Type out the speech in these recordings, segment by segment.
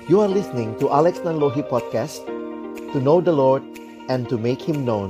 You are listening to Alex Nanlohi Podcast, to know the Lord and to make Him known.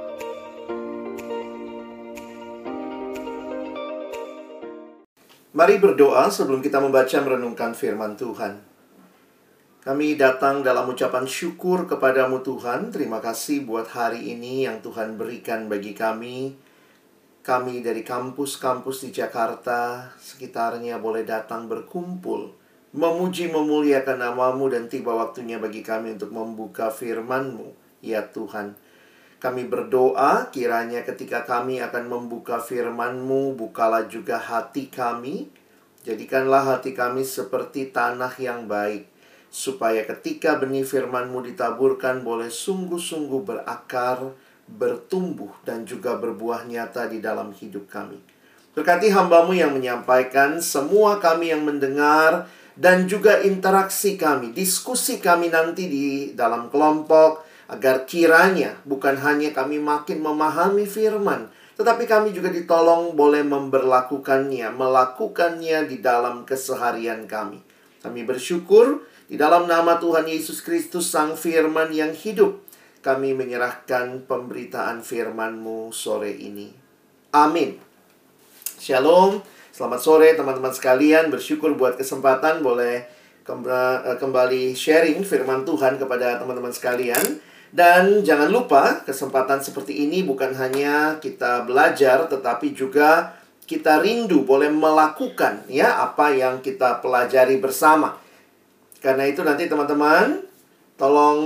Mari berdoa sebelum kita membaca merenungkan firman Tuhan. Kami datang dalam ucapan syukur kepadamu Tuhan. Terima kasih buat hari ini yang Tuhan berikan bagi kami. Kami dari kampus-kampus di Jakarta, sekitarnya boleh datang berkumpul, memuji memuliakan nama-Mu, dan tiba waktunya bagi kami untuk membuka firman-Mu, ya Tuhan. Kami berdoa kiranya ketika kami akan membuka firman-Mu, bukalah juga hati kami. Jadikanlah hati kami seperti tanah yang baik, supaya ketika benih firman-Mu ditaburkan boleh sungguh-sungguh berakar, bertumbuh, dan juga berbuah nyata di dalam hidup kami. Berkati hamba-Mu yang menyampaikan, semua kami yang mendengar, dan juga interaksi kami, diskusi kami nanti di dalam kelompok, agar kiranya bukan hanya kami makin memahami firman, tetapi kami juga ditolong boleh memberlakukannya, melakukannya di dalam keseharian kami. Kami bersyukur di dalam nama Tuhan Yesus Kristus, Sang Firman yang hidup. Kami menyerahkan pemberitaan firman-Mu sore ini. Amin. Shalom. Selamat sore teman-teman sekalian. Bersyukur buat kesempatan boleh kembali sharing firman Tuhan kepada teman-teman sekalian. Dan jangan lupa, kesempatan seperti ini bukan hanya kita belajar, tetapi juga kita rindu boleh melakukan ya apa yang kita pelajari bersama. Karena itu nanti teman-teman tolong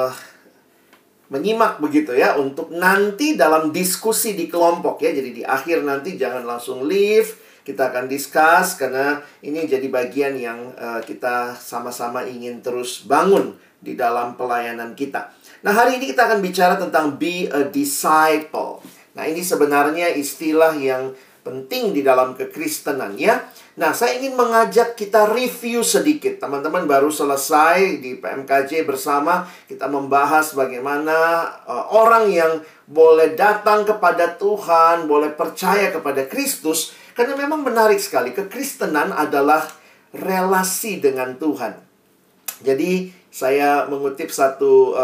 menyimak begitu ya, untuk nanti dalam diskusi di kelompok ya. Jadi di akhir nanti jangan langsung leave, kita akan discuss, karena ini jadi bagian yang kita sama-sama ingin terus bangun di dalam pelayanan kita. Nah, hari ini kita akan bicara tentang be a disciple. Nah, ini sebenarnya istilah yang penting di dalam kekristenan ya. Nah, saya ingin mengajak kita review sedikit. Teman-teman baru selesai di PMKJ bersama, kita membahas bagaimana orang yang boleh datang kepada Tuhan, boleh percaya kepada Kristus. Karena memang menarik sekali, kekristenan adalah relasi dengan Tuhan. Jadi, saya mengutip satu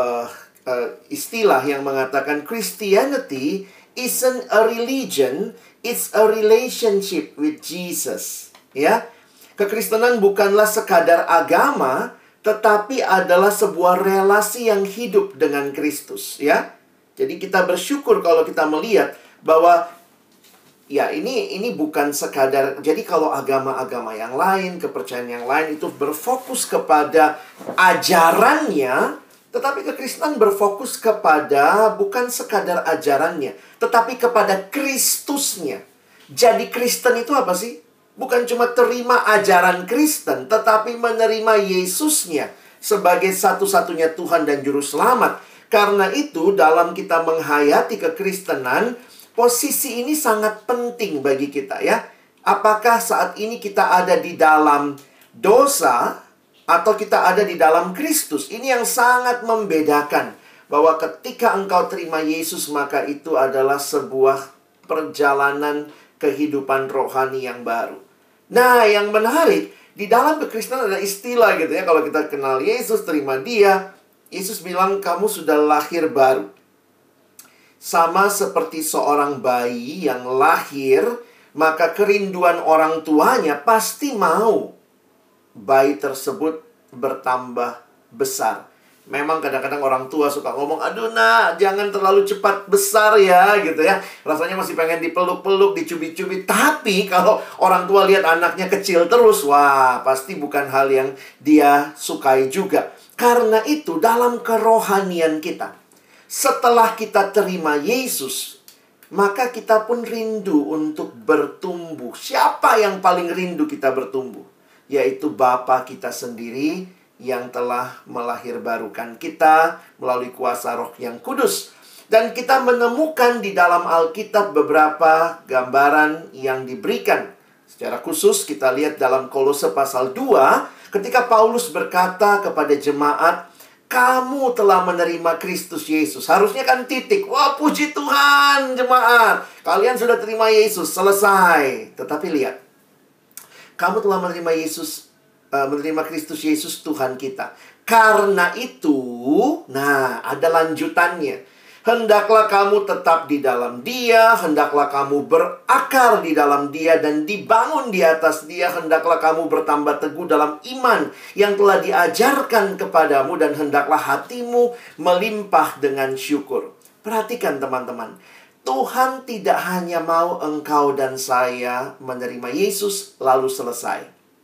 istilah yang mengatakan Christianity isn't a religion, it's a relationship with Jesus. Ya, kekristenan bukanlah sekadar agama, tetapi adalah sebuah relasi yang hidup dengan Kristus. Ya, jadi kita bersyukur kalau kita melihat bahwa ya ini bukan sekadar. Jadi kalau agama-agama yang lain, kepercayaan yang lain itu berfokus kepada ajarannya, tetapi kekristenan berfokus kepada bukan sekadar ajarannya, tetapi kepada Kristusnya. Jadi Kristen itu apa sih? Bukan cuma terima ajaran Kristen, tetapi menerima Yesusnya sebagai satu-satunya Tuhan dan Juru Selamat. Karena itu dalam kita menghayati kekristenan, posisi ini sangat penting bagi kita ya. Apakah saat ini kita ada di dalam dosa atau kita ada di dalam Kristus? Ini yang sangat membedakan. Bahwa ketika engkau terima Yesus, maka itu adalah sebuah perjalanan kehidupan rohani yang baru. Nah, yang menarik, di dalam kekristenan ada istilah gitu ya. Kalau kita kenal Yesus, terima Dia, Yesus bilang kamu sudah lahir baru. Sama seperti seorang bayi yang lahir, maka kerinduan orang tuanya pasti mau bayi tersebut bertambah besar. Memang kadang-kadang orang tua suka ngomong, aduh nak, jangan terlalu cepat besar ya, gitu ya. Rasanya masih pengen dipeluk-peluk, dicubit-cubit. Tapi kalau orang tua lihat anaknya kecil terus, wah, pasti bukan hal yang dia sukai juga. Karena itu dalam kerohanian kita, setelah kita terima Yesus, maka kita pun rindu untuk bertumbuh. Siapa yang paling rindu kita bertumbuh? Yaitu Bapa kita sendiri yang telah melahirbarukan kita melalui kuasa Roh yang Kudus. Dan kita menemukan di dalam Alkitab beberapa gambaran yang diberikan. Secara khusus kita lihat dalam Kolose pasal 2, ketika Paulus berkata kepada jemaat, kamu telah menerima Kristus Yesus. Harusnya kan titik. Wah, puji Tuhan jemaat, kalian sudah terima Yesus, selesai. Tetapi lihat, kamu telah menerima Yesus menerima Kristus Yesus Tuhan kita. Karena itu, nah ada lanjutannya. Hendaklah kamu tetap di dalam Dia, hendaklah kamu berakar di dalam Dia dan dibangun di atas Dia. Hendaklah kamu bertambah teguh dalam iman yang telah diajarkan kepadamu dan hendaklah hatimu melimpah dengan syukur. Perhatikan teman-teman, Tuhan tidak hanya mau engkau dan saya menerima Yesus lalu selesai.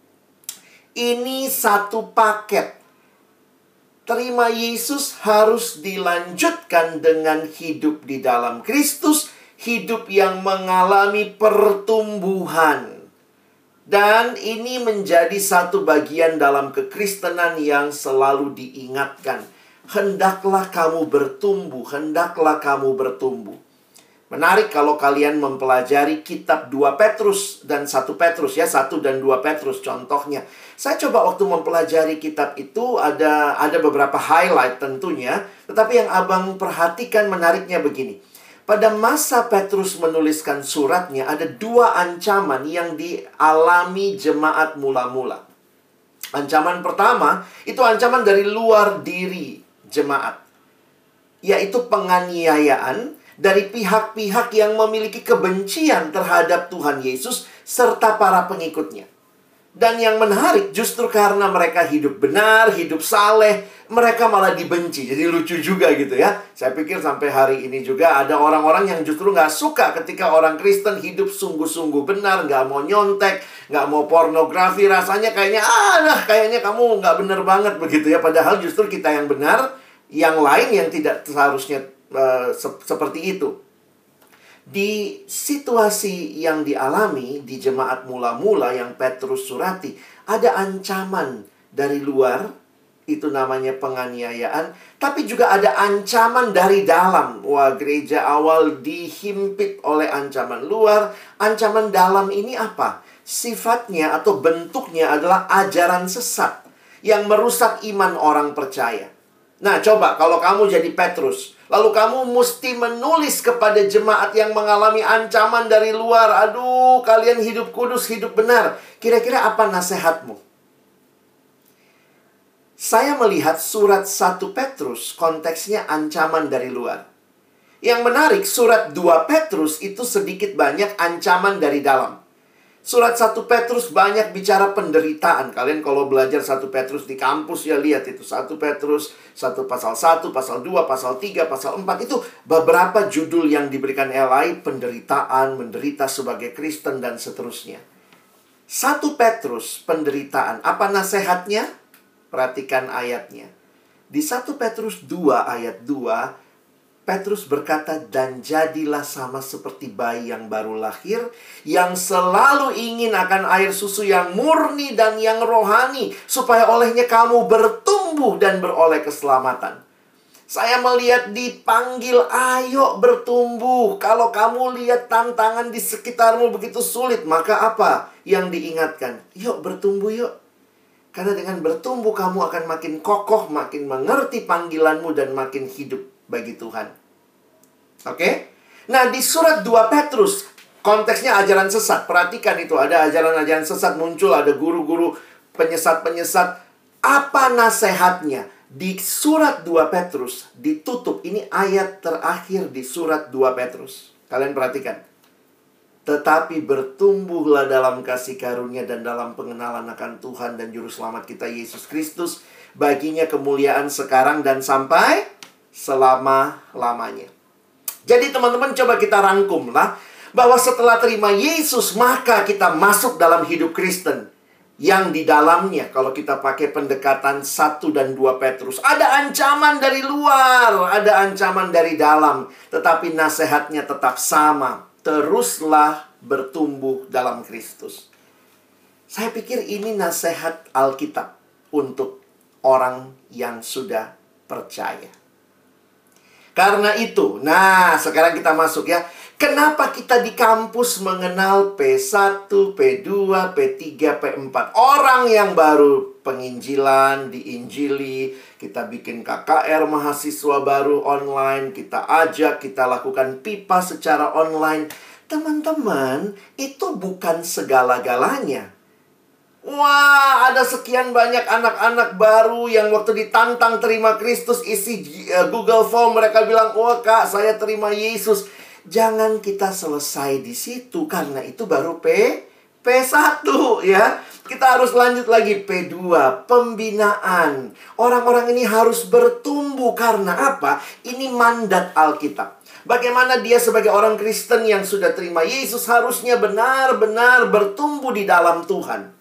Ini satu paket. Terima Yesus harus dilanjutkan dengan hidup di dalam Kristus, hidup yang mengalami pertumbuhan. Dan ini menjadi satu bagian dalam kekristenan yang selalu diingatkan. Hendaklah kamu bertumbuh, hendaklah kamu bertumbuh. Menarik kalau kalian mempelajari kitab 2 Petrus dan 1 Petrus ya, 1 dan 2 Petrus contohnya. Saya coba waktu mempelajari kitab itu ada beberapa highlight tentunya, tetapi yang abang perhatikan menariknya begini. Pada masa Petrus menuliskan suratnya ada 2 ancaman yang dialami jemaat mula-mula. Ancaman pertama itu ancaman dari luar diri jemaat, yaitu penganiayaan dari pihak-pihak yang memiliki kebencian terhadap Tuhan Yesus serta para pengikutnya. Dan yang menarik, justru karena mereka hidup benar, hidup saleh, mereka malah dibenci. Jadi lucu juga gitu ya. Saya pikir sampai hari ini juga ada orang-orang yang justru nggak suka ketika orang Kristen hidup sungguh-sungguh benar, nggak mau nyontek, nggak mau pornografi. Rasanya kayaknya kamu nggak benar banget begitu ya. Padahal justru kita yang benar, yang lain yang tidak seharusnya seperti itu. Di situasi yang dialami di jemaat mula-mula yang Petrus surati, ada ancaman dari luar, itu namanya penganiayaan, tapi juga ada ancaman dari dalam. Wah, gereja awal dihimpit oleh ancaman luar. Ancaman dalam ini apa? Sifatnya atau bentuknya adalah ajaran sesat yang merusak iman orang percaya. Nah, coba kalau kamu jadi Petrus, lalu kamu mesti menulis kepada jemaat yang mengalami ancaman dari luar. Aduh, kalian hidup kudus, hidup benar. Kira-kira apa nasihatmu? Saya melihat surat 1 Petrus konteksnya ancaman dari luar. Yang menarik, surat 2 Petrus itu sedikit banyak ancaman dari dalam. Surat 1 Petrus banyak bicara penderitaan. Kalian kalau belajar 1 Petrus di kampus ya lihat itu. 1 Petrus, 1 pasal 1, pasal 2, pasal 3, pasal 4. Itu beberapa judul yang diberikan LI. Penderitaan, menderita sebagai Kristen dan seterusnya. 1 Petrus, penderitaan. Apa nasihatnya? Perhatikan ayatnya. Di 1 Petrus 2 ayat 2, Petrus berkata, dan jadilah sama seperti bayi yang baru lahir, yang selalu ingin akan air susu yang murni dan yang rohani, supaya olehnya kamu bertumbuh dan beroleh keselamatan. Saya melihat dipanggil, ayo bertumbuh. Kalau kamu lihat tantangan di sekitarmu begitu sulit, maka apa yang diingatkan? Yuk bertumbuh yuk. Karena dengan bertumbuh kamu akan makin kokoh, makin mengerti panggilanmu dan makin hidup bagi Tuhan. Oke? Nah, di surat 2 Petrus, konteksnya ajaran sesat. Perhatikan itu, ada ajaran-ajaran sesat muncul, ada guru-guru penyesat-penyesat. Apa nasihatnya? Di surat 2 Petrus ditutup, ini ayat terakhir di surat 2 Petrus. Kalian perhatikan. Tetapi bertumbuhlah dalam kasih karunia dan dalam pengenalan akan Tuhan dan Juru Selamat kita Yesus Kristus. Baginya kemuliaan sekarang dan sampai selama-lamanya. Jadi teman-teman coba kita rangkumlah bahwa setelah terima Yesus maka kita masuk dalam hidup Kristen. Yang di dalamnya kalau kita pakai pendekatan 1 dan 2 Petrus, ada ancaman dari luar, ada ancaman dari dalam. Tetapi nasihatnya tetap sama. Teruslah bertumbuh dalam Kristus. Saya pikir ini nasihat Alkitab untuk orang yang sudah percaya. Karena itu, nah sekarang kita masuk ya. Kenapa kita di kampus mengenal P1, P2, P3, P4? Orang yang baru penginjilan, diinjili, kita bikin KKR mahasiswa baru online, kita ajak, kita lakukan pipa secara online. Teman-teman, itu bukan segala-galanya. Wah, ada sekian banyak anak-anak baru yang waktu ditantang terima Kristus, isi Google Form, mereka bilang, "Wah, Kak, saya terima Yesus." Jangan kita selesai di situ, karena itu baru P1 ya. Kita harus lanjut lagi P2, pembinaan. Orang-orang ini harus bertumbuh karena apa? Ini mandat Alkitab. Bagaimana dia sebagai orang Kristen yang sudah terima Yesus harusnya benar-benar bertumbuh di dalam Tuhan.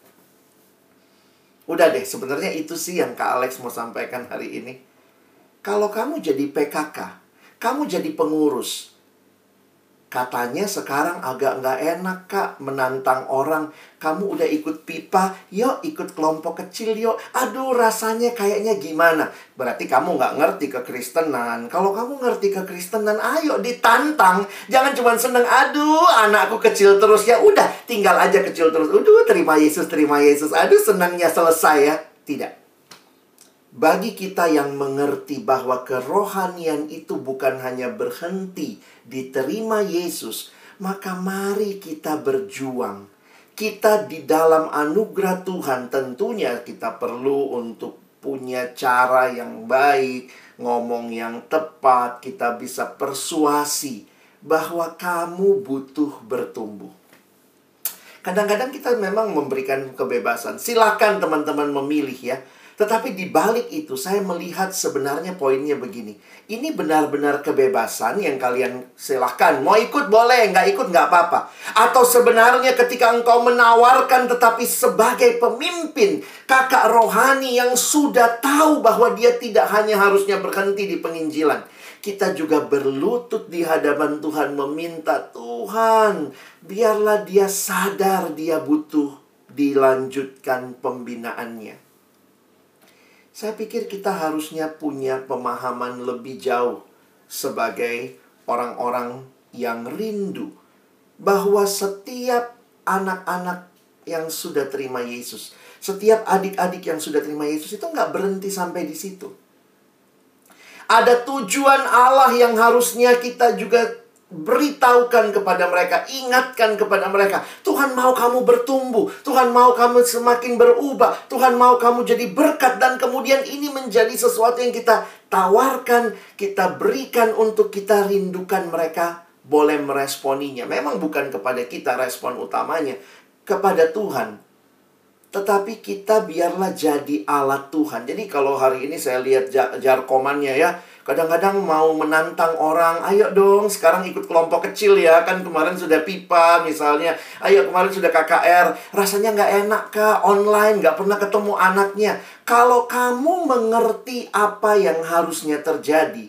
Udah deh, sebenarnya itu sih yang Kak Alex mau sampaikan hari ini. Kalau kamu jadi PKK, kamu jadi pengurus, katanya sekarang agak nggak enak, Kak, menantang orang. Kamu udah ikut pipa, yuk ikut kelompok kecil yuk. Aduh, rasanya kayaknya gimana? Berarti kamu nggak ngerti kekristenan. Kalau kamu ngerti kekristenan, ayo ditantang. Jangan cuma seneng, aduh anakku kecil terus. Ya udah, tinggal aja kecil terus. Aduh, terima Yesus, terima Yesus. Aduh, senangnya selesai ya. Tidak. Bagi kita yang mengerti bahwa kerohanian itu bukan hanya berhenti diterima Yesus, maka mari kita berjuang. Kita di dalam anugerah Tuhan, tentunya kita perlu untuk punya cara yang baik, ngomong yang tepat, kita bisa persuasi bahwa kamu butuh bertumbuh. Kadang-kadang kita memang memberikan kebebasan. Silakan teman-teman memilih ya. Tetapi di balik itu saya melihat sebenarnya poinnya begini. Ini benar-benar kebebasan yang kalian silahkan. Mau ikut boleh, nggak ikut nggak apa-apa. Atau sebenarnya ketika engkau menawarkan tetapi sebagai pemimpin, kakak rohani yang sudah tahu bahwa dia tidak hanya harusnya berhenti di penginjilan. Kita juga berlutut di hadapan Tuhan meminta, Tuhan, biarlah dia sadar dia butuh dilanjutkan pembinaannya. Saya pikir kita harusnya punya pemahaman lebih jauh sebagai orang-orang yang rindu bahwa setiap anak-anak yang sudah terima Yesus, setiap adik-adik yang sudah terima Yesus itu nggak berhenti sampai di situ. Ada tujuan Allah yang harusnya kita juga beritahukan kepada mereka, ingatkan kepada mereka. Tuhan mau kamu bertumbuh, Tuhan mau kamu semakin berubah, Tuhan mau kamu jadi berkat. Dan kemudian ini menjadi sesuatu yang kita tawarkan, kita berikan untuk kita rindukan mereka boleh meresponinya. Memang bukan kepada kita respon utamanya, kepada Tuhan. Tetapi kita biarlah jadi alat Tuhan. Jadi kalau hari ini saya lihat jarkomannya ya, kadang-kadang mau menantang orang, ayo dong sekarang ikut kelompok kecil ya. Kan kemarin sudah pipa misalnya, ayo kemarin sudah KKR. Rasanya nggak enak Kak, online, nggak pernah ketemu anaknya. Kalau kamu mengerti apa yang harusnya terjadi,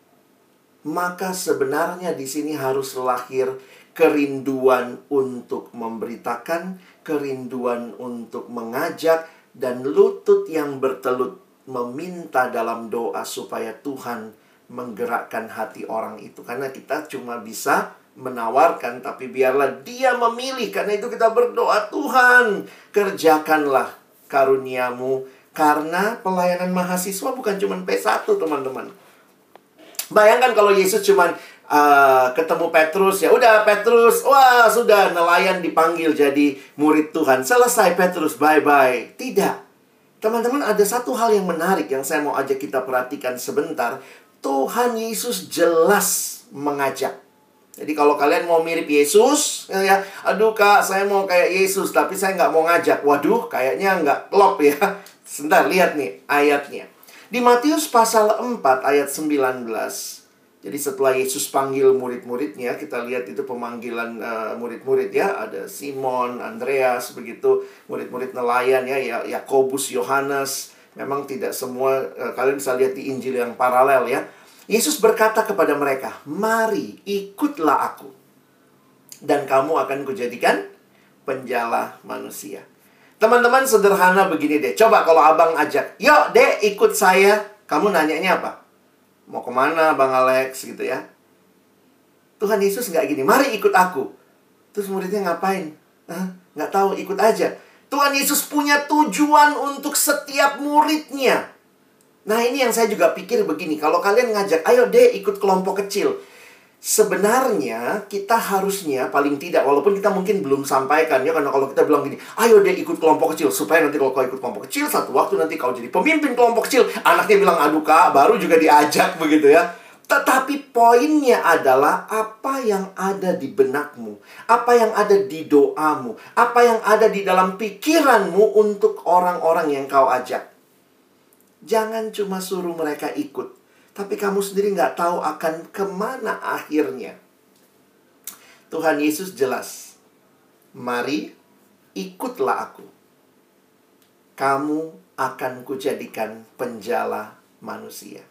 maka sebenarnya di sini harus lahir kerinduan untuk memberitakan, kerinduan untuk mengajak, dan lutut yang bertelut meminta dalam doa supaya Tuhan menggerakkan hati orang itu. Karena kita cuma bisa menawarkan, tapi biarlah dia memilih. Karena itu kita berdoa, Tuhan, kerjakanlah karuniamu. Karena pelayanan mahasiswa bukan cuma P1, teman-teman. Bayangkan kalau Yesus cuma ketemu Petrus, ya udah Petrus, wah sudah nelayan dipanggil jadi murid Tuhan. Selesai Petrus, bye-bye. Tidak. Teman-teman, ada satu hal yang menarik yang saya mau ajak kita perhatikan sebentar. Tuhan Yesus jelas mengajak. Jadi kalau kalian mau mirip Yesus, ya, aduh Kak, saya mau kayak Yesus, tapi saya nggak mau ngajak. Waduh, kayaknya nggak klop ya. Sebentar, lihat nih ayatnya. Di Matius pasal 4 ayat 19. Jadi setelah Yesus panggil murid-muridnya, kita lihat itu pemanggilan murid-murid ya. Ada Simon, Andreas, begitu. Murid-murid nelayan ya, Yakobus, Yohanes. Memang tidak semua, kalian bisa lihat di Injil yang paralel ya. Yesus berkata kepada mereka, mari ikutlah aku, dan kamu akan kujadikan penjala manusia. Teman-teman, sederhana begini deh. Coba kalau abang ajak, yuk dek ikut saya. Kamu nanyanya apa? Mau kemana Bang Alex gitu ya. Tuhan Yesus nggak gini, mari ikut aku. Terus muridnya ngapain? Nggak tahu, ikut aja. Tuhan Yesus punya tujuan untuk setiap muridnya. Nah ini yang saya juga pikir begini, kalau kalian ngajak, ayo deh ikut kelompok kecil. sebenarnya kita harusnya paling tidak, walaupun kita mungkin belum sampaikan ya, karena kalau kita bilang gini, ayo deh ikut kelompok kecil, supaya nanti kalau kau ikut kelompok kecil, satu waktu nanti kau jadi pemimpin kelompok kecil. Anaknya bilang, aduh kak, baru juga diajak begitu ya. Tetapi poinnya adalah apa yang ada di benakmu, apa yang ada di doamu, apa yang ada di dalam pikiranmu untuk orang-orang yang kau ajak. Jangan cuma suruh mereka ikut, tapi kamu sendiri nggak tahu akan kemana akhirnya. Tuhan Yesus jelas, mari ikutlah aku. Kamu akan kujadikan penjala manusia.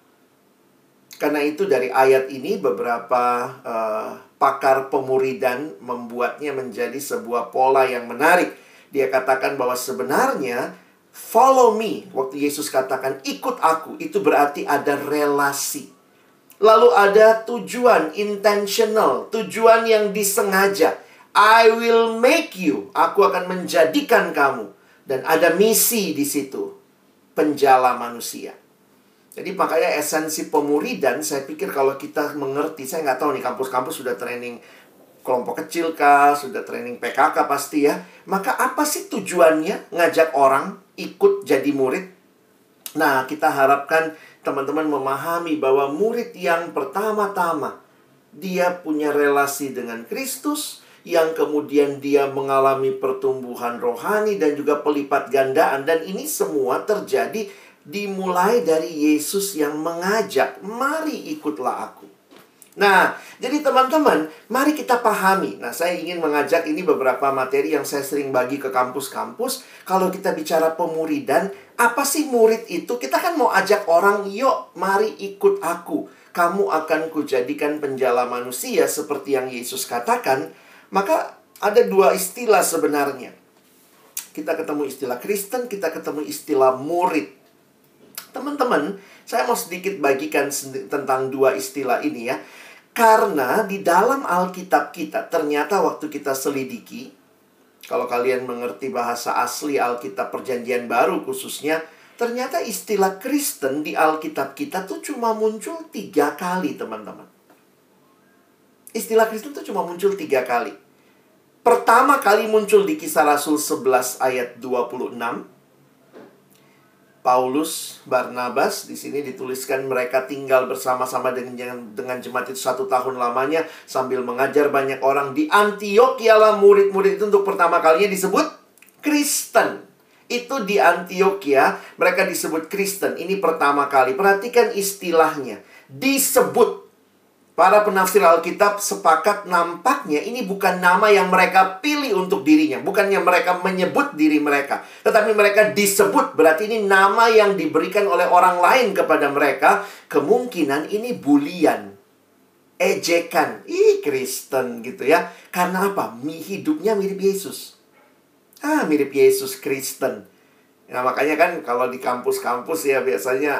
Karena itu dari ayat ini beberapa pakar pemuridan membuatnya menjadi sebuah pola yang menarik. Dia katakan bahwa sebenarnya follow me, waktu Yesus katakan ikut aku, itu berarti ada relasi. Lalu ada tujuan intentional, tujuan yang disengaja. I will make you, aku akan menjadikan kamu. Dan ada misi di situ, penjala manusia. Jadi makanya esensi pemuridan, saya pikir kalau kita mengerti, saya nggak tahu nih kampus-kampus sudah training kelompok kecil kah, sudah training PKK pasti ya. Maka apa sih tujuannya ngajak orang ikut jadi murid? Nah, kita harapkan teman-teman memahami bahwa murid yang pertama-tama, dia punya relasi dengan Kristus, yang kemudian dia mengalami pertumbuhan rohani dan juga pelipat gandaan. Dan ini semua terjadi dimulai dari Yesus yang mengajak, mari ikutlah aku. Nah, jadi teman-teman, mari kita pahami. Nah, saya ingin mengajak ini beberapa materi yang saya sering bagi ke kampus-kampus. Kalau kita bicara pemuridan, apa sih murid itu? Kita kan mau ajak orang, yuk mari ikut aku. Kamu akan kujadikan penjala manusia seperti yang Yesus katakan. Maka ada dua istilah sebenarnya. Kita ketemu istilah Kristen, kita ketemu istilah murid. Teman-teman, saya mau sedikit bagikan tentang dua istilah ini ya. Karena di dalam Alkitab kita, ternyata waktu kita selidiki, kalau kalian mengerti bahasa asli Alkitab Perjanjian Baru khususnya, ternyata istilah Kristen di Alkitab kita tuh cuma muncul 3 kali, teman-teman. Istilah Kristen tuh cuma muncul 3 kali. Pertama kali muncul di Kisah Rasul 11 ayat 26. Paulus, Barnabas, di sini dituliskan mereka tinggal bersama-sama dengan jemaat itu 1 tahun lamanya sambil mengajar banyak orang. Di Antiokhia lah murid-murid itu untuk pertama kalinya disebut Kristen. Itu di Antiokhia mereka disebut Kristen. Ini pertama kali. Perhatikan istilahnya. Disebut. Para penafsir Alkitab sepakat nampaknya ini bukan nama yang mereka pilih untuk dirinya. Bukannya mereka menyebut diri mereka. Tetapi mereka disebut. Berarti ini nama yang diberikan oleh orang lain kepada mereka. Kemungkinan ini bulian. Ejekan. Ih, Kristen gitu ya. Karena apa? Hidupnya mirip Yesus. Mirip Yesus, Kristen. Nah, makanya kan kalau di kampus-kampus ya biasanya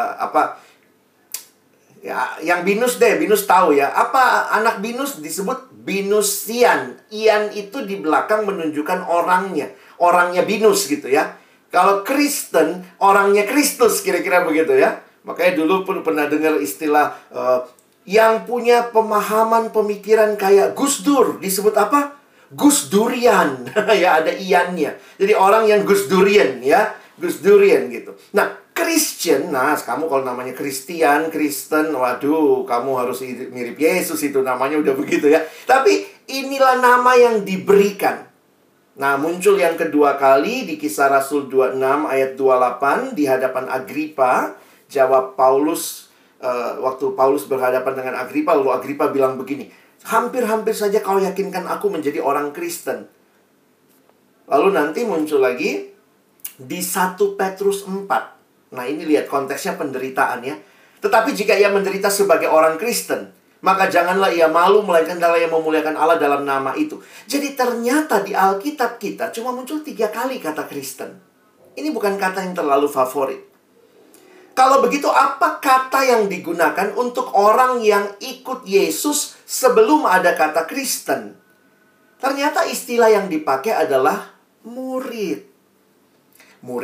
ya, yang binus deh, binus tahu ya. Apa anak binus disebut binusian. Ian itu di belakang menunjukkan orangnya. Orangnya binus gitu ya. Kalau Kristen, orangnya Kristus, kira-kira begitu ya. Makanya dulu pun pernah dengar istilah yang punya pemahaman pemikiran kayak Gus Dur. Disebut apa? Gus Durian. Ya, ada iannya. Jadi orang yang Gus Durian ya. Gus Durian gitu. Nah, Christian, nah kamu kalau namanya Kristen, waduh, kamu harus mirip Yesus, itu namanya udah begitu ya. Tapi inilah nama yang diberikan. Nah, muncul yang kedua kali di Kisah Rasul 26 ayat 28 di hadapan Agripa. Jawab Paulus, waktu Paulus berhadapan dengan Agripa, lalu Agripa bilang begini, hampir-hampir saja kau yakinkan aku menjadi orang Kristen. Lalu nanti muncul lagi di 1 Petrus 4. Nah, ini lihat konteksnya penderitaan ya. Tetapi jika ia menderita sebagai orang Kristen, maka janganlah ia malu, melainkan adalah ia memuliakan Allah dalam nama itu. Jadi ternyata di Alkitab kita cuma muncul 3 kali kata Kristen. Ini bukan kata yang terlalu favorit. Kalau begitu, apa kata yang digunakan untuk orang yang ikut Yesus sebelum ada kata Kristen? Ternyata istilah yang dipakai adalah murid. Murid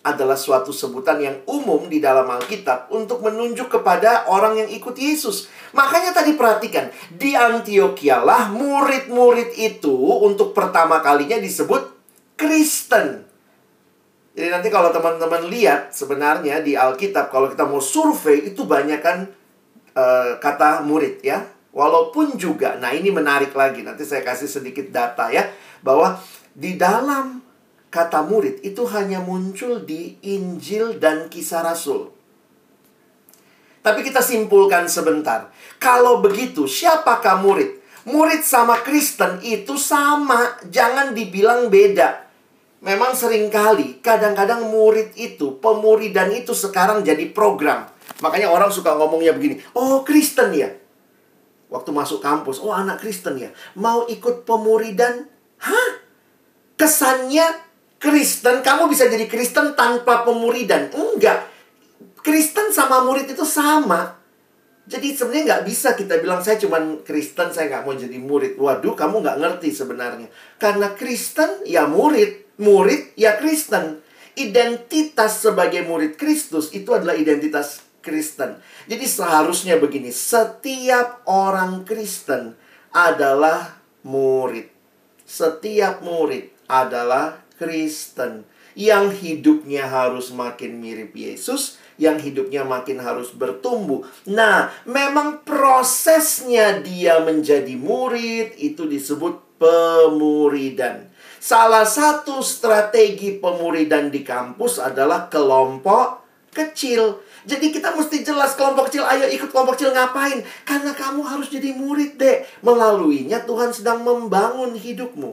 adalah suatu sebutan yang umum di dalam Alkitab untuk menunjuk kepada orang yang ikut Yesus. Makanya tadi perhatikan, di Antiokhia lah murid-murid itu untuk pertama kalinya disebut Kristen. Jadi nanti kalau teman-teman lihat sebenarnya di Alkitab, kalau kita mau survei itu banyak kan kata murid ya. Walaupun juga, nah ini menarik lagi, nanti saya kasih sedikit data ya, bahwa di dalam kata murid itu hanya muncul di Injil dan Kisah Rasul. Tapi kita simpulkan sebentar. Kalau begitu, siapakah murid? Murid sama Kristen itu sama, jangan dibilang beda. Memang seringkali, kadang-kadang murid itu, pemuridan itu sekarang jadi program. Makanya orang suka ngomongnya begini, oh Kristen ya? Waktu masuk kampus, oh anak Kristen ya? Mau ikut pemuridan? Hah? Kesannya Kristen, kamu bisa jadi Kristen tanpa pemuridan. Enggak. Kristen sama murid itu sama. Jadi sebenarnya nggak bisa kita bilang, saya cuman Kristen, saya nggak mau jadi murid. Waduh, kamu nggak ngerti sebenarnya. Karena Kristen, ya murid. Murid, ya Kristen. Identitas sebagai murid Kristus itu adalah identitas Kristen. Jadi seharusnya begini, setiap orang Kristen adalah murid. Setiap murid adalah Kristen. Yang hidupnya harus makin mirip Yesus, yang hidupnya makin harus bertumbuh. Nah, memang prosesnya dia menjadi murid itu disebut pemuridan. Salah satu strategi pemuridan di kampus adalah kelompok kecil. Jadi kita mesti jelas kelompok kecil, ayo ikut kelompok kecil ngapain? Karena kamu harus jadi murid deh. Melaluinya Tuhan sedang membangun hidupmu.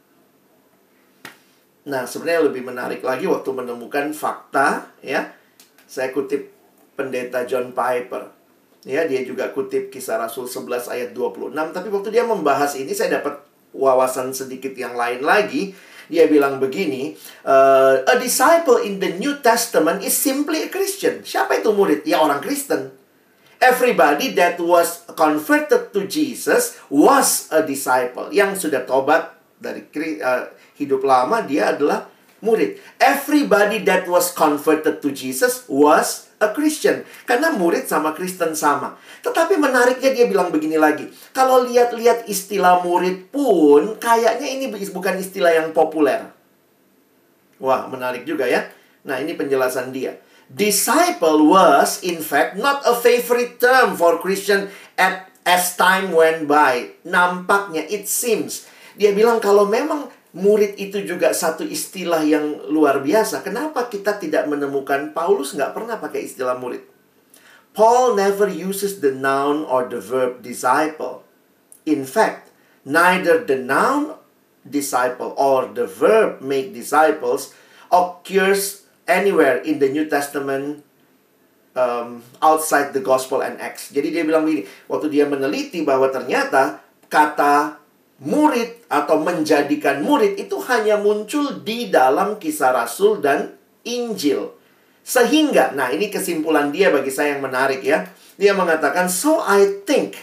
Nah, sebenarnya lebih menarik lagi waktu menemukan fakta, ya. Saya kutip pendeta John Piper. Ya, dia juga kutip Kisah Rasul 11 ayat 26. Tapi waktu dia membahas ini, saya dapat wawasan sedikit yang lain lagi. Dia bilang begini, a disciple in the New Testament is simply a Christian. Siapa itu murid? Ya orang Kristen. Everybody that was converted to Jesus was a disciple. Yang sudah tobat dari hidup lama, dia adalah murid. Everybody that was converted to Jesus was a Christian. Karena murid sama Kristen sama. Tetapi menariknya dia bilang begini lagi. Kalau lihat-lihat istilah murid pun, kayaknya ini bukan istilah yang populer. Wah, menarik juga ya. Nah, ini penjelasan dia. Disciple was, in fact, not a favorite term for Christian as time went by. Nampaknya, it seems. Dia bilang kalau memang murid itu juga satu istilah yang luar biasa. Kenapa kita tidak menemukan, Paulus nggak pernah pakai istilah murid. Paul never uses the noun or the verb disciple. In fact, neither the noun disciple or the verb make disciples occurs anywhere in the New Testament outside the Gospel and Acts. Jadi dia bilang begini, waktu dia meneliti bahwa ternyata kata murid atau menjadikan murid itu hanya muncul di dalam Kisah Rasul dan Injil. Sehingga, nah ini kesimpulan dia bagi saya yang menarik ya. Dia mengatakan, so I think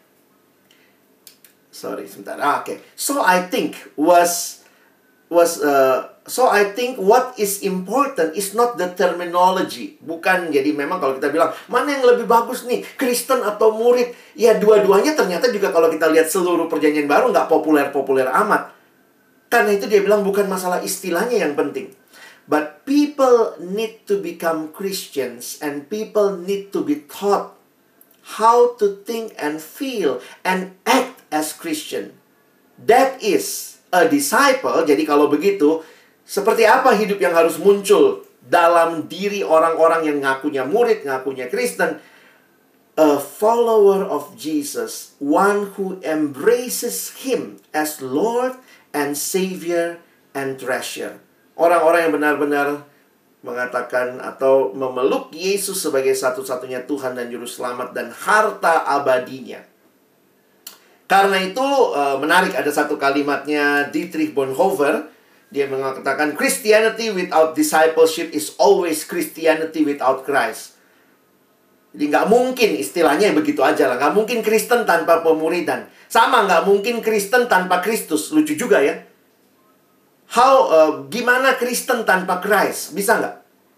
what is important is not the terminology. Bukan, jadi memang kalau kita bilang, mana yang lebih bagus nih, Kristen atau murid? Ya dua-duanya ternyata juga kalau kita lihat seluruh perjanjian baru nggak populer-populer amat. Karena itu dia bilang bukan masalah istilahnya yang penting. But people need to become Christians and people need to be taught how to think and feel and act as Christian. That is a disciple. Jadi kalau begitu, seperti apa hidup yang harus muncul dalam diri orang-orang yang ngakunya murid, ngakunya Kristen? A follower of Jesus, one who embraces Him as Lord and Savior and treasure. Orang-orang yang benar-benar mengatakan atau memeluk Yesus sebagai satu-satunya Tuhan dan Juru Selamat dan harta abadinya. Karena itu menarik, ada satu kalimatnya Dietrich Bonhoeffer. Dia mengatakan, Christianity without discipleship is always Christianity without Christ. Jadi nggak mungkin, istilahnya begitu aja lah. Nggak mungkin Kristen tanpa pemuridan. Sama nggak mungkin Kristen tanpa Kristus. Lucu juga ya. Gimana Kristen tanpa Christ? Bisa nggak?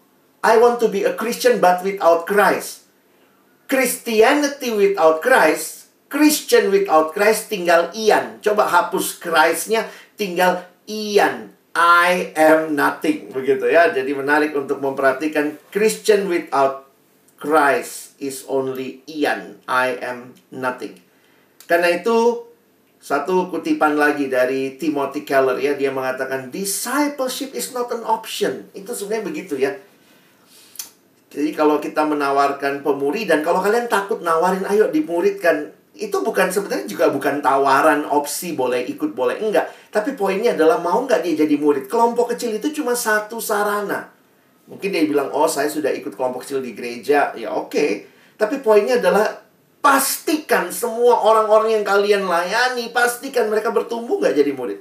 I want to be a Christian but without Christ. Christianity without Christ, Christian without Christ tinggal Ian. Coba hapus Christ-nya, tinggal Ian. I am nothing. Begitu ya. Jadi menarik untuk memperhatikan Christian without Christ is only Ian. I am nothing. Karena itu, satu kutipan lagi dari Timothy Keller ya. Dia mengatakan, discipleship is not an option. Itu sebenarnya begitu ya. Jadi kalau kita menawarkan pemuridan, kalau kalian takut nawarin, ayo dimuridkan. Itu sebenarnya juga bukan tawaran opsi boleh ikut boleh enggak. Tapi poinnya adalah mau enggak dia jadi murid. Kelompok kecil itu cuma satu sarana. Mungkin dia bilang, oh saya sudah ikut kelompok kecil di gereja. Ya oke. Tapi poinnya adalah pastikan semua orang-orang yang kalian layani, pastikan mereka bertumbuh enggak jadi murid.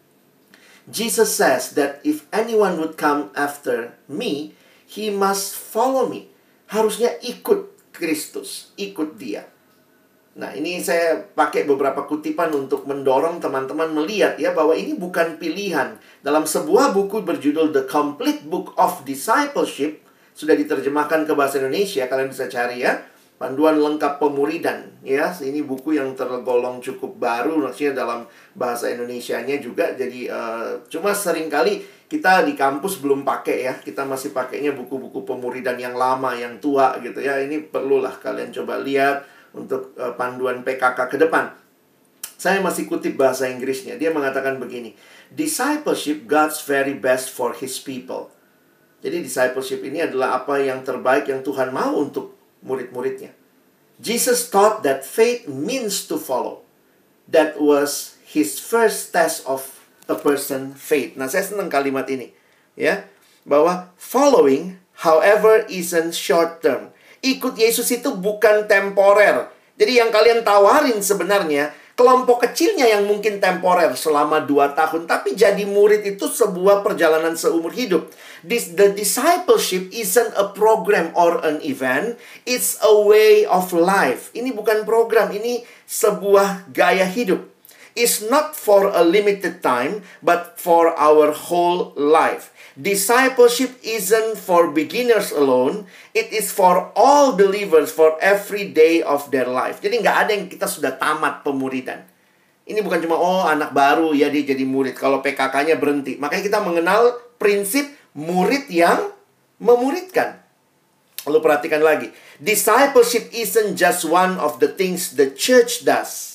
Jesus says that if anyone would come after me, he must follow me. Harusnya ikut Kristus, ikut dia. Nah, ini saya pakai beberapa kutipan untuk mendorong teman-teman melihat ya bahwa ini bukan pilihan. Dalam sebuah buku berjudul The Complete Book of Discipleship, sudah diterjemahkan ke bahasa Indonesia, kalian bisa cari ya. Panduan lengkap pemuridan ya. Ini buku yang tergolong cukup baru, maksudnya dalam bahasa Indonesianya juga. Jadi cuma seringkali kita di kampus belum pakai ya. Kita masih pakainya buku-buku pemuridan yang lama, yang tua gitu ya. Ini perlulah kalian coba lihat untuk panduan PKK ke depan. Saya masih kutip bahasa Inggrisnya. Dia mengatakan begini, discipleship God's very best for His people. Jadi discipleship ini adalah apa yang terbaik yang Tuhan mau untuk murid-muridnya. Jesus taught that faith means to follow. That was His first test of a person faith. Nah, saya senang kalimat ini ya, bahwa following however isn't short term. Ikut Yesus itu bukan temporer. Jadi yang kalian tawarin sebenarnya kelompok kecilnya yang mungkin temporer selama 2 tahun. Tapi jadi murid itu sebuah perjalanan seumur hidup. The discipleship isn't a program or an event. It's a way of life. Ini bukan program, ini sebuah gaya hidup. It's not for a limited time, but for our whole life. Discipleship isn't for beginners alone. It is for all believers for every day of their life. Jadi nggak ada yang kita sudah tamat pemuridan. Ini bukan cuma, oh anak baru ya dia jadi murid. Kalau PKK-nya berhenti. Makanya kita mengenal prinsip murid yang memuridkan. Lalu perhatikan lagi. Discipleship isn't just one of the things the church does.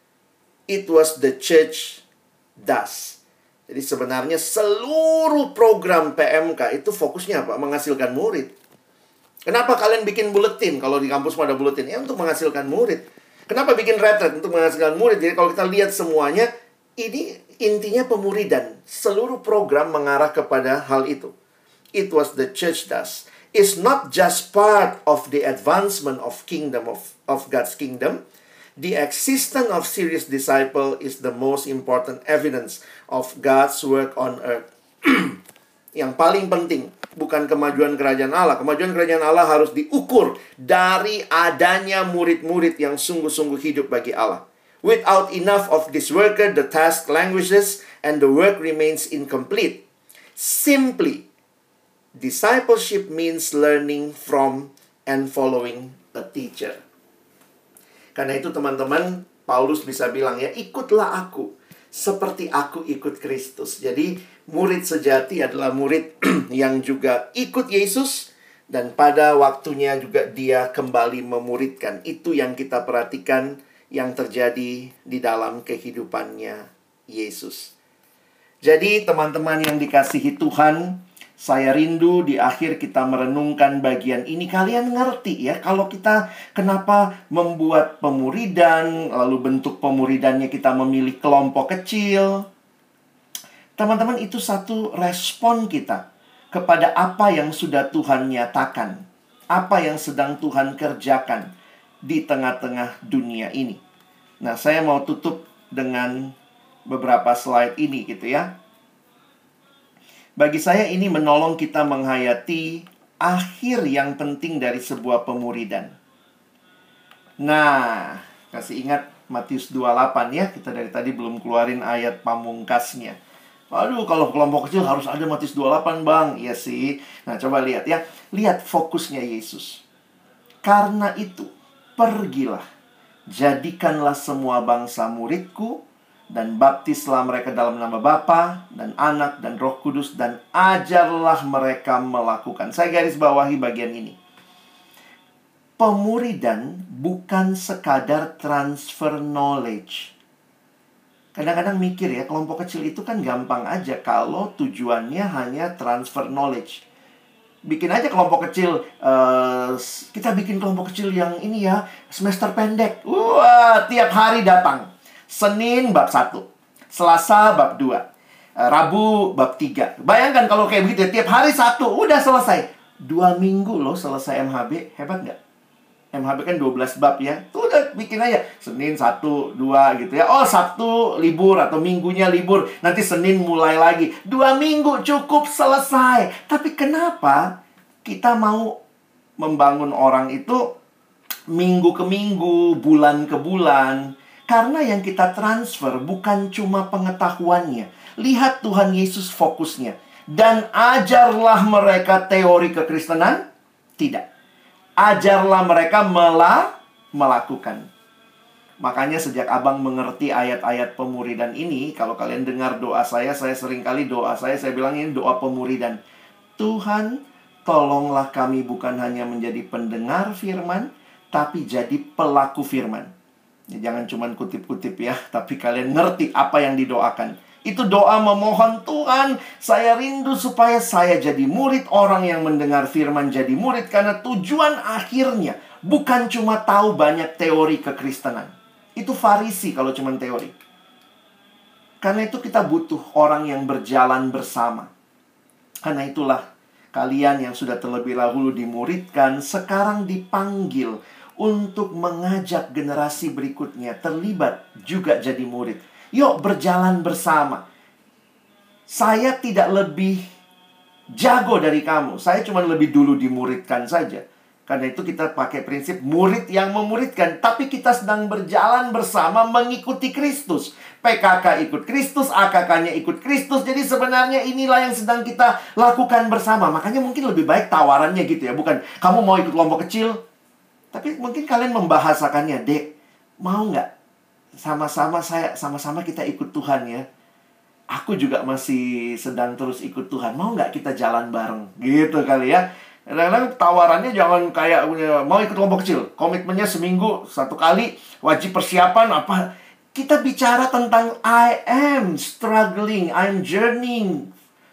It was the church does. Jadi sebenarnya seluruh program PMK itu fokusnya apa? Menghasilkan murid. Kenapa kalian bikin buletin? Kalau di kampus ada buletin, ya untuk menghasilkan murid. Kenapa bikin retret? Untuk menghasilkan murid. Jadi kalau kita lihat semuanya, ini intinya pemuridan. Seluruh program mengarah kepada hal itu. It was the church does. It's not just part of the advancement of kingdom of God's kingdom. The existence of serious disciple is the most important evidence of God's work on earth. Yang paling penting bukan kemajuan kerajaan Allah. Kemajuan kerajaan Allah harus diukur dari adanya murid-murid yang sungguh-sungguh hidup bagi Allah. Without enough of this worker, the task languishes and the work remains incomplete. Simply, discipleship means learning from and following a teacher. Karena itu teman-teman, Paulus bisa bilang ya, ikutlah aku seperti aku ikut Kristus. Jadi murid sejati adalah murid yang juga ikut Yesus dan pada waktunya juga dia kembali memuridkan. Itu yang kita perhatikan yang terjadi di dalam kehidupannya Yesus. Jadi teman-teman yang dikasihi Tuhan, saya rindu di akhir kita merenungkan bagian ini. Kalian ngerti ya, kalau kita kenapa membuat pemuridan, lalu bentuk pemuridannya kita memilih kelompok kecil. Teman-teman, itu satu respon kita kepada apa yang sudah Tuhan nyatakan. Apa yang sedang Tuhan kerjakan di tengah-tengah dunia ini. Nah, saya mau tutup dengan beberapa slide ini gitu ya. Bagi saya ini menolong kita menghayati akhir yang penting dari sebuah pemuridan. Nah, kasih ingat Matius 28 ya. Kita dari tadi belum keluarin ayat pamungkasnya. Aduh, kalau kelompok kecil harus ada Matius 28, Bang. Iya sih. Nah, coba lihat ya. Lihat fokusnya Yesus. Karena itu, pergilah, jadikanlah semua bangsa muridku, dan baptislah mereka dalam nama Bapa dan Anak dan Roh Kudus, dan ajarlah mereka melakukan. Saya garis bawahi bagian ini. Pemuridan bukan sekadar transfer knowledge. Kadang-kadang mikir ya, kelompok kecil itu kan gampang aja kalau tujuannya hanya transfer knowledge. Bikin aja kelompok kecil, kita bikin kelompok kecil yang ini ya, semester pendek. Wah, tiap hari datang. Senin bab 1, Selasa bab 2, Rabu bab 3. Bayangkan kalau kayak begitu ya, tiap hari 1, udah selesai. 2 minggu loh selesai MHB, hebat nggak? MHB kan 12 bab ya. Tuh udah bikin aja. Senin 1, 2 gitu ya. Oh, Sabtu libur atau minggunya libur. Nanti Senin mulai lagi. 2 minggu cukup selesai. Tapi kenapa kita mau membangun orang itu minggu ke minggu, bulan ke bulan? Karena yang kita transfer bukan cuma pengetahuannya. Lihat Tuhan Yesus fokusnya. Dan ajarlah mereka teori kekristenan? Tidak. Ajarlah mereka melakukan. Makanya sejak abang mengerti ayat-ayat pemuridan ini, kalau kalian dengar doa saya seringkali doa saya bilang ini doa pemuridan. Tuhan, tolonglah kami bukan hanya menjadi pendengar firman, tapi jadi pelaku firman. Ya, jangan cuma kutip-kutip ya, tapi kalian ngerti apa yang didoakan. Itu doa memohon, Tuhan, saya rindu supaya saya jadi murid, orang yang mendengar firman jadi murid. Karena tujuan akhirnya bukan cuma tahu banyak teori kekristenan. Itu Farisi kalau cuma teori. Karena itu kita butuh orang yang berjalan bersama. Karena itulah kalian yang sudah terlebih dahulu dimuridkan, sekarang dipanggil untuk mengajak generasi berikutnya terlibat juga jadi murid. Yuk berjalan bersama. Saya tidak lebih jago dari kamu. Saya cuma lebih dulu dimuridkan saja. Karena itu kita pakai prinsip murid yang memuridkan. Tapi kita sedang berjalan bersama mengikuti Kristus. PKK ikut Kristus, AKK-nya ikut Kristus. Jadi sebenarnya inilah yang sedang kita lakukan bersama. Makanya mungkin lebih baik tawarannya gitu ya. Bukan kamu mau ikut kelompok kecil, tapi mungkin kalian membahasakannya, Dek, mau nggak? Sama-sama kita ikut Tuhan ya. Aku juga masih sedang terus ikut Tuhan. Mau nggak kita jalan bareng? Gitu kali ya. Kadang-kadang tawarannya jangan kayak mau ikut kelompok kecil. Komitmennya seminggu 1 kali. Wajib persiapan apa. Kita bicara tentang I am struggling, I'm journeying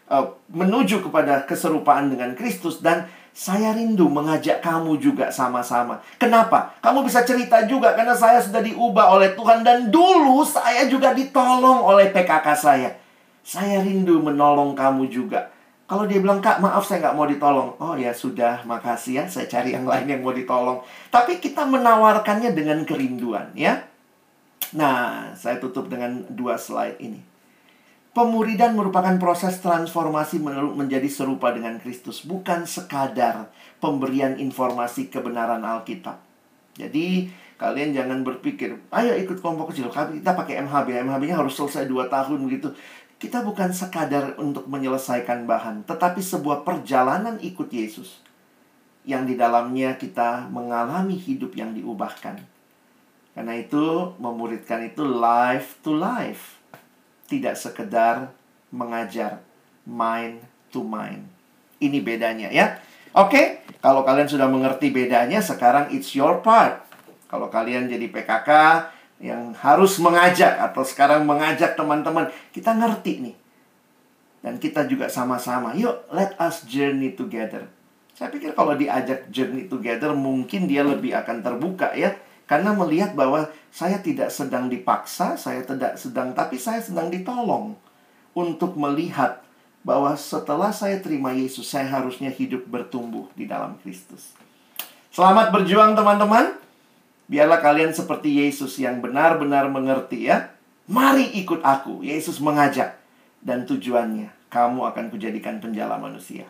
menuju kepada keserupaan dengan Kristus. Dan saya rindu mengajak kamu juga sama-sama. Kenapa? Kamu bisa cerita juga karena saya sudah diubah oleh Tuhan. Dan dulu saya juga ditolong oleh PKK saya. Saya rindu menolong kamu juga. Kalau dia bilang, Kak, maaf saya nggak mau ditolong. Oh ya sudah, makasih ya. Saya cari yang lain yang mau ditolong. Tapi kita menawarkannya dengan kerinduan ya. Nah, saya tutup dengan 2 slide ini. Pemuridan merupakan proses transformasi menjadi serupa dengan Kristus. Bukan sekadar pemberian informasi kebenaran Alkitab. Jadi, kalian jangan berpikir, ayo ikut kelompok kecil. Kita pakai MHB. MHB-nya harus selesai 2 tahun begitu. Kita bukan sekadar untuk menyelesaikan bahan. Tetapi sebuah perjalanan ikut Yesus. Yang di dalamnya kita mengalami hidup yang diubahkan. Karena itu, memuridkan itu life to life. Tidak sekedar mengajar, mind to mind. Ini bedanya ya. Oke, kalau kalian sudah mengerti bedanya, sekarang it's your part. Kalau kalian jadi PKK yang harus mengajak atau sekarang mengajak teman-teman, kita ngerti nih. Dan kita juga sama-sama, yuk let us journey together. Saya pikir kalau diajak journey together, mungkin dia lebih akan terbuka ya. Karena melihat bahwa saya tidak sedang dipaksa, tapi saya sedang ditolong untuk melihat bahwa setelah saya terima Yesus, saya harusnya hidup bertumbuh di dalam Kristus. Selamat berjuang teman-teman. Biarlah kalian seperti Yesus yang benar-benar mengerti ya. Mari ikut aku. Yesus mengajak. Dan tujuannya, kamu akan kujadikan penjala manusia.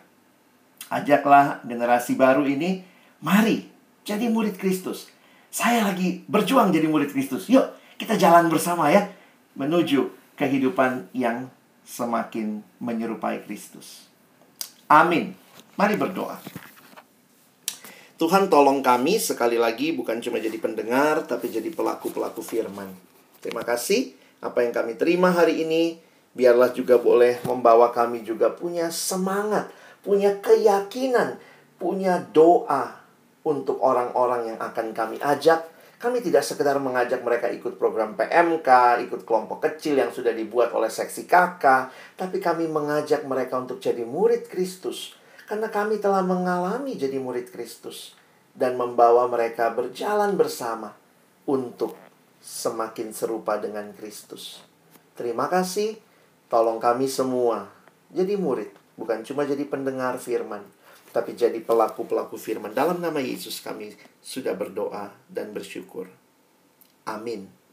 Ajaklah generasi baru ini, mari jadi murid Kristus. Saya lagi berjuang jadi murid Kristus. Yuk, kita jalan bersama ya. Menuju kehidupan yang semakin menyerupai Kristus. Amin. Mari berdoa. Tuhan, tolong kami sekali lagi bukan cuma jadi pendengar, tapi jadi pelaku-pelaku firman. Terima kasih apa yang kami terima hari ini. Biarlah juga boleh membawa kami juga punya semangat, punya keyakinan, punya doa untuk orang-orang yang akan kami ajak. Kami tidak sekedar mengajak mereka ikut program PMK, ikut kelompok kecil yang sudah dibuat oleh seksi KK, tapi kami mengajak mereka untuk jadi murid Kristus. Karena kami telah mengalami jadi murid Kristus dan membawa mereka berjalan bersama untuk semakin serupa dengan Kristus. Terima kasih. Tolong kami semua jadi murid, bukan cuma jadi pendengar firman, tapi jadi pelaku-pelaku firman. Dalam nama Yesus kami sudah berdoa dan bersyukur. Amin.